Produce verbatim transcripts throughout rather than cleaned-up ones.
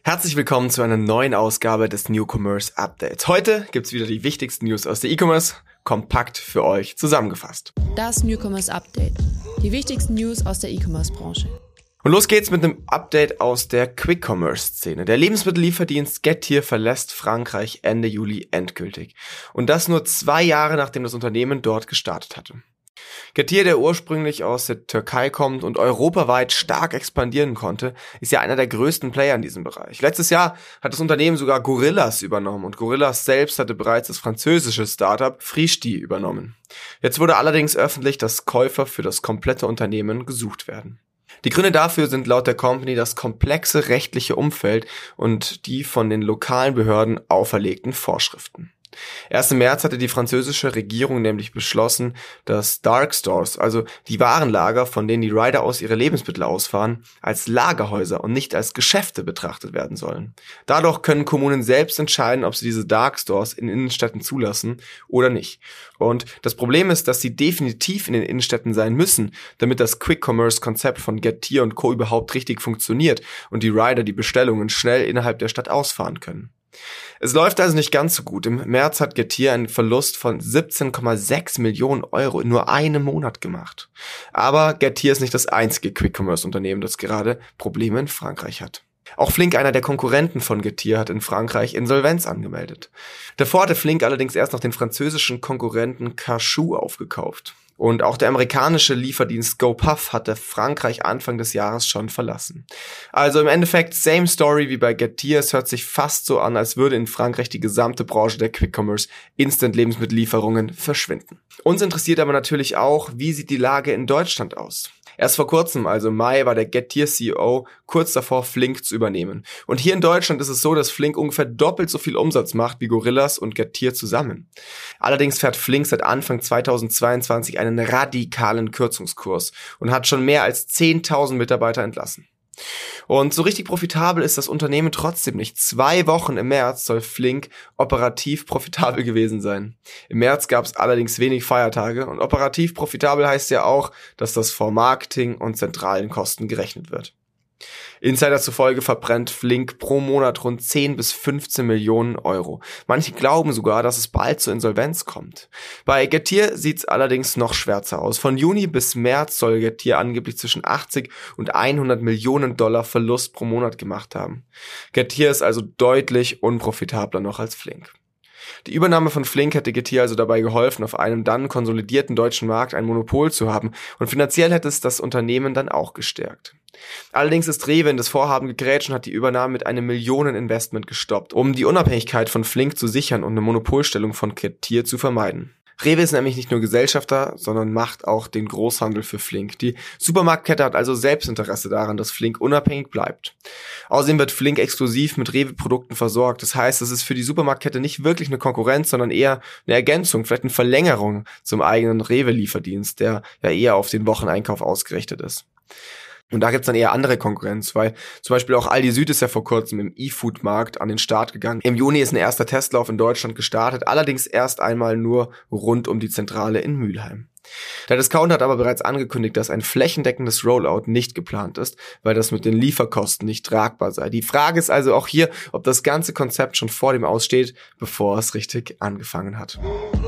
Herzlich willkommen zu einer neuen Ausgabe des New Commerce Updates. Heute gibt's wieder die wichtigsten News aus der E-Commerce, kompakt für euch zusammengefasst. Das New Commerce Update. Die wichtigsten News aus der E-Commerce-Branche. Und los geht's mit einem Update aus der Quick-Commerce-Szene. Der Lebensmittellieferdienst Getir verlässt Frankreich Ende Juli endgültig. Und das nur zwei Jahre, nachdem das Unternehmen dort gestartet hatte. Getir, der ursprünglich aus der Türkei kommt und europaweit stark expandieren konnte, ist ja einer der größten Player in diesem Bereich. Letztes Jahr hat das Unternehmen sogar Gorillas übernommen und Gorillas selbst hatte bereits das französische Startup Frischti übernommen. Jetzt wurde allerdings öffentlich, dass Käufer für das komplette Unternehmen gesucht werden. Die Gründe dafür sind laut der Company das komplexe rechtliche Umfeld und die von den lokalen Behörden auferlegten Vorschriften. Erst im März hatte die französische Regierung nämlich beschlossen, dass Dark Stores, also die Warenlager, von denen die Rider aus ihre Lebensmittel ausfahren, als Lagerhäuser und nicht als Geschäfte betrachtet werden sollen. Dadurch können Kommunen selbst entscheiden, ob sie diese Dark Stores in Innenstädten zulassen oder nicht. Und das Problem ist, dass sie definitiv in den Innenstädten sein müssen, damit das Quick-Commerce-Konzept von Getir und Co. überhaupt richtig funktioniert und die Rider die Bestellungen schnell innerhalb der Stadt ausfahren können. Es läuft also nicht ganz so gut. Im März hat Getir einen Verlust von siebzehn Komma sechs Millionen Euro in nur einem Monat gemacht. Aber Getir ist nicht das einzige Quick-Commerce-Unternehmen, das gerade Probleme in Frankreich hat. Auch Flink, einer der Konkurrenten von Getir, hat in Frankreich Insolvenz angemeldet. Davor hatte Flink allerdings erst noch den französischen Konkurrenten Cachou aufgekauft. Und auch der amerikanische Lieferdienst GoPuff hatte Frankreich Anfang des Jahres schon verlassen. Also im Endeffekt same story wie bei Getir. Es hört sich fast so an, als würde in Frankreich die gesamte Branche der Quick-Commerce Instant-Lebensmittellieferungen verschwinden. Uns interessiert aber natürlich auch, wie sieht die Lage in Deutschland aus? Erst vor kurzem, also im Mai, war der Getir-C E O kurz davor, Flink zu übernehmen. Und hier in Deutschland ist es so, dass Flink ungefähr doppelt so viel Umsatz macht wie Gorillas und Getir zusammen. Allerdings fährt Flink seit Anfang zweitausendzweiundzwanzig einen radikalen Kürzungskurs und hat schon mehr als zehntausend Mitarbeiter entlassen. Und so richtig profitabel ist das Unternehmen trotzdem nicht. Zwei Wochen im März soll Flink operativ profitabel gewesen sein. Im März gab es allerdings wenig Feiertage und operativ profitabel heißt ja auch, dass das vor Marketing und zentralen Kosten gerechnet wird. Insider zufolge verbrennt Flink pro Monat rund zehn bis fünfzehn Millionen Euro. Manche glauben sogar, dass es bald zur Insolvenz kommt. Bei Getir sieht's allerdings noch schwärzer aus. Von Juni bis März soll Getir angeblich zwischen achtzig und hundert Millionen Dollar Verlust pro Monat gemacht haben. Getir ist also deutlich unprofitabler noch als Flink. Die Übernahme von Flink hätte Getir also dabei geholfen, auf einem dann konsolidierten deutschen Markt ein Monopol zu haben und finanziell hätte es das Unternehmen dann auch gestärkt. Allerdings ist Rewe in das Vorhaben gegrätscht und hat die Übernahme mit einem Millioneninvestment gestoppt, um die Unabhängigkeit von Flink zu sichern und eine Monopolstellung von Getir zu vermeiden. Rewe ist nämlich nicht nur Gesellschafter, sondern macht auch den Großhandel für Flink. Die Supermarktkette hat also Selbstinteresse daran, dass Flink unabhängig bleibt. Außerdem wird Flink exklusiv mit Rewe-Produkten versorgt. Das heißt, es ist für die Supermarktkette nicht wirklich eine Konkurrenz, sondern eher eine Ergänzung, vielleicht eine Verlängerung zum eigenen Rewe-Lieferdienst, der ja eher auf den Wocheneinkauf ausgerichtet ist. Und da gibt's dann eher andere Konkurrenz, weil zum Beispiel auch Aldi Süd ist ja vor kurzem im E-Food-Markt an den Start gegangen. Im Juni ist ein erster Testlauf in Deutschland gestartet, allerdings erst einmal nur rund um die Zentrale in Mülheim. Der Discounter hat aber bereits angekündigt, dass ein flächendeckendes Rollout nicht geplant ist, weil das mit den Lieferkosten nicht tragbar sei. Die Frage ist also auch hier, ob das ganze Konzept schon vor dem aussteht, bevor es richtig angefangen hat.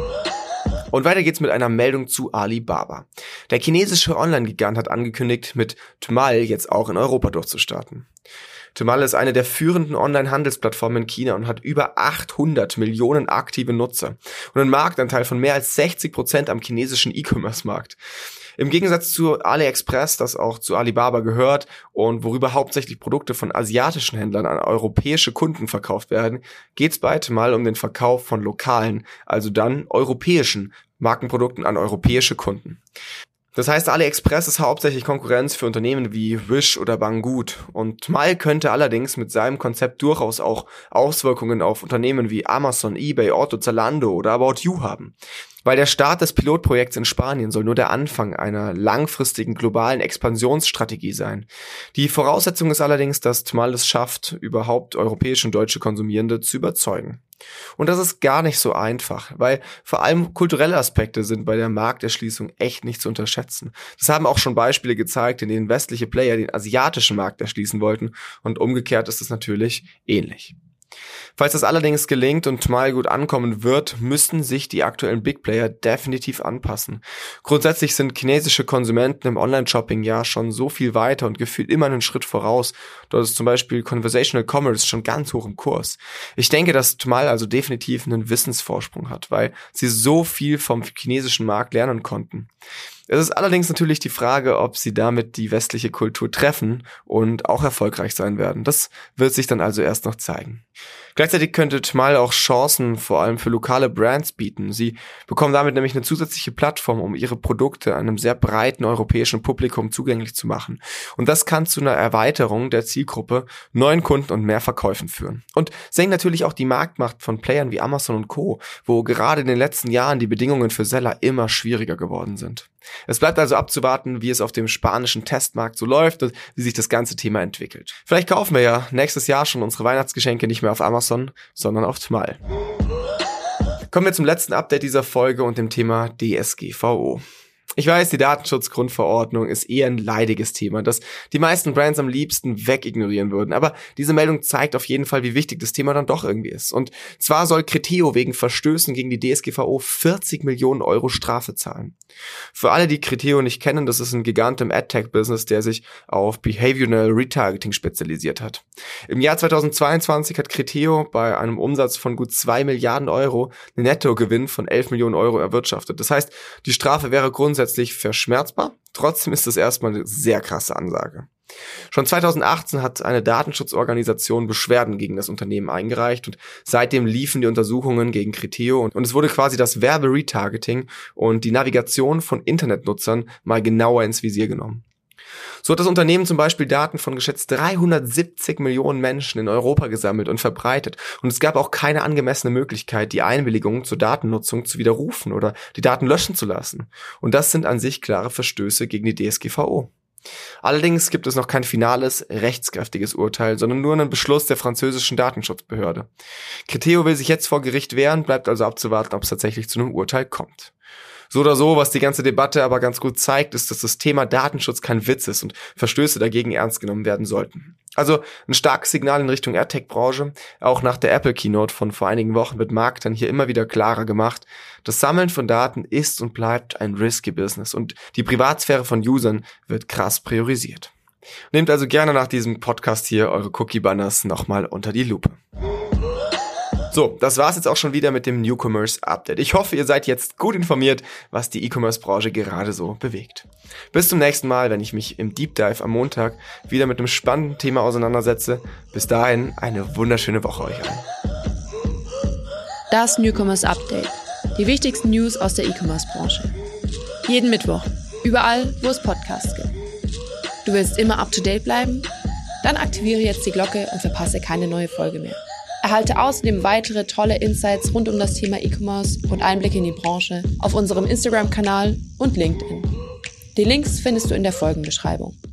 Und weiter geht's mit einer Meldung zu Alibaba. Der chinesische Online-Gigant hat angekündigt, mit Tmall jetzt auch in Europa durchzustarten. Tmall ist eine der führenden Online-Handelsplattformen in China und hat über achthundert Millionen aktive Nutzer und einen Marktanteil von mehr als sechzig Prozent am chinesischen E-Commerce-Markt. Im Gegensatz zu AliExpress, das auch zu Alibaba gehört und worüber hauptsächlich Produkte von asiatischen Händlern an europäische Kunden verkauft werden, geht's bei Tmall um den Verkauf von lokalen, also dann europäischen Markenprodukten an europäische Kunden. Das heißt, AliExpress ist hauptsächlich Konkurrenz für Unternehmen wie Wish oder Banggood und Tmall könnte allerdings mit seinem Konzept durchaus auch Auswirkungen auf Unternehmen wie Amazon, eBay, Otto, Zalando oder About You haben. Weil der Start des Pilotprojekts in Spanien soll nur der Anfang einer langfristigen globalen Expansionsstrategie sein. Die Voraussetzung ist allerdings, dass Tmall es schafft, überhaupt europäische und deutsche Konsumierende zu überzeugen. Und das ist gar nicht so einfach, weil vor allem kulturelle Aspekte sind bei der Markterschließung echt nicht zu unterschätzen. Das haben auch schon Beispiele gezeigt, in denen westliche Player den asiatischen Markt erschließen wollten und umgekehrt ist es natürlich ähnlich. Falls das allerdings gelingt und mal gut ankommen wird, müssen sich die aktuellen Big Player definitiv anpassen. Grundsätzlich sind chinesische Konsumenten im Online-Shopping ja schon so viel weiter und gefühlt immer einen Schritt voraus. Dort ist zum Beispiel Conversational Commerce schon ganz hoch im Kurs. Ich denke, dass Tmall also definitiv einen Wissensvorsprung hat, weil sie so viel vom chinesischen Markt lernen konnten. Es ist allerdings natürlich die Frage, ob sie damit die westliche Kultur treffen und auch erfolgreich sein werden. Das wird sich dann also erst noch zeigen. Gleichzeitig könnte Tmall auch Chancen vor allem für lokale Brands bieten. Sie bekommen damit nämlich eine zusätzliche Plattform, um ihre Produkte einem sehr breiten europäischen Publikum zugänglich zu machen. Und das kann zu einer Erweiterung der Zielgruppe, neuen Kunden und mehr Verkäufen führen. Und senkt natürlich auch die Marktmacht von Playern wie Amazon und Co., wo gerade in den letzten Jahren die Bedingungen für Seller immer schwieriger geworden sind. Es bleibt also abzuwarten, wie es auf dem spanischen Testmarkt so läuft und wie sich das ganze Thema entwickelt. Vielleicht kaufen wir ja nächstes Jahr schon unsere Weihnachtsgeschenke nicht mehr auf Amazon, sondern auf Tmall. Kommen wir zum letzten Update dieser Folge und dem Thema D S G V O. Ich weiß, die Datenschutzgrundverordnung ist eher ein leidiges Thema, das die meisten Brands am liebsten wegignorieren würden. Aber diese Meldung zeigt auf jeden Fall, wie wichtig das Thema dann doch irgendwie ist. Und zwar soll Criteo wegen Verstößen gegen die D S G V O vierzig Millionen Euro Strafe zahlen. Für alle, die Criteo nicht kennen, das ist ein Gigant im AdTech-Business, der sich auf Behavioral Retargeting spezialisiert hat. Im Jahr zweitausendzweiundzwanzig hat Criteo bei einem Umsatz von gut zwei Milliarden Euro einen Nettogewinn von elf Millionen Euro erwirtschaftet. Das heißt, die Strafe wäre grundsätzlich verschmerzbar, trotzdem ist das erstmal eine sehr krasse Ansage. Schon zweitausendachtzehn hat eine Datenschutzorganisation Beschwerden gegen das Unternehmen eingereicht und seitdem liefen die Untersuchungen gegen Criteo und es wurde quasi das Werbe-Retargeting und die Navigation von Internetnutzern mal genauer ins Visier genommen. So hat das Unternehmen zum Beispiel Daten von geschätzt dreihundertsiebzig Millionen Menschen in Europa gesammelt und verbreitet. Und es gab auch keine angemessene Möglichkeit, die Einwilligung zur Datennutzung zu widerrufen oder die Daten löschen zu lassen. Und das sind an sich klare Verstöße gegen die D S G V O. Allerdings gibt es noch kein finales, rechtskräftiges Urteil, sondern nur einen Beschluss der französischen Datenschutzbehörde. Criteo will sich jetzt vor Gericht wehren, bleibt also abzuwarten, ob es tatsächlich zu einem Urteil kommt. So oder so, was die ganze Debatte aber ganz gut zeigt, ist, dass das Thema Datenschutz kein Witz ist und Verstöße dagegen ernst genommen werden sollten. Also ein starkes Signal in Richtung AdTech-Branche. Auch nach der Apple-Keynote von vor einigen Wochen wird Marketern hier immer wieder klarer gemacht, das Sammeln von Daten ist und bleibt ein risky Business und die Privatsphäre von Usern wird krass priorisiert. Nehmt also gerne nach diesem Podcast hier eure Cookie-Banners nochmal unter die Lupe. So, das war's jetzt auch schon wieder mit dem Newcomers Update. Ich hoffe, ihr seid jetzt gut informiert, was die E-Commerce-Branche gerade so bewegt. Bis zum nächsten Mal, wenn ich mich im Deep Dive am Montag wieder mit einem spannenden Thema auseinandersetze. Bis dahin eine wunderschöne Woche euch allen. Das Newcomers Update. Die wichtigsten News aus der E-Commerce-Branche. Jeden Mittwoch. Überall, wo es Podcasts gibt. Du willst immer up to date bleiben? Dann aktiviere jetzt die Glocke und verpasse keine neue Folge mehr. Erhalte außerdem weitere tolle Insights rund um das Thema E-Commerce und Einblicke in die Branche auf unserem Instagram-Kanal und LinkedIn. Die Links findest du in der Folgenbeschreibung.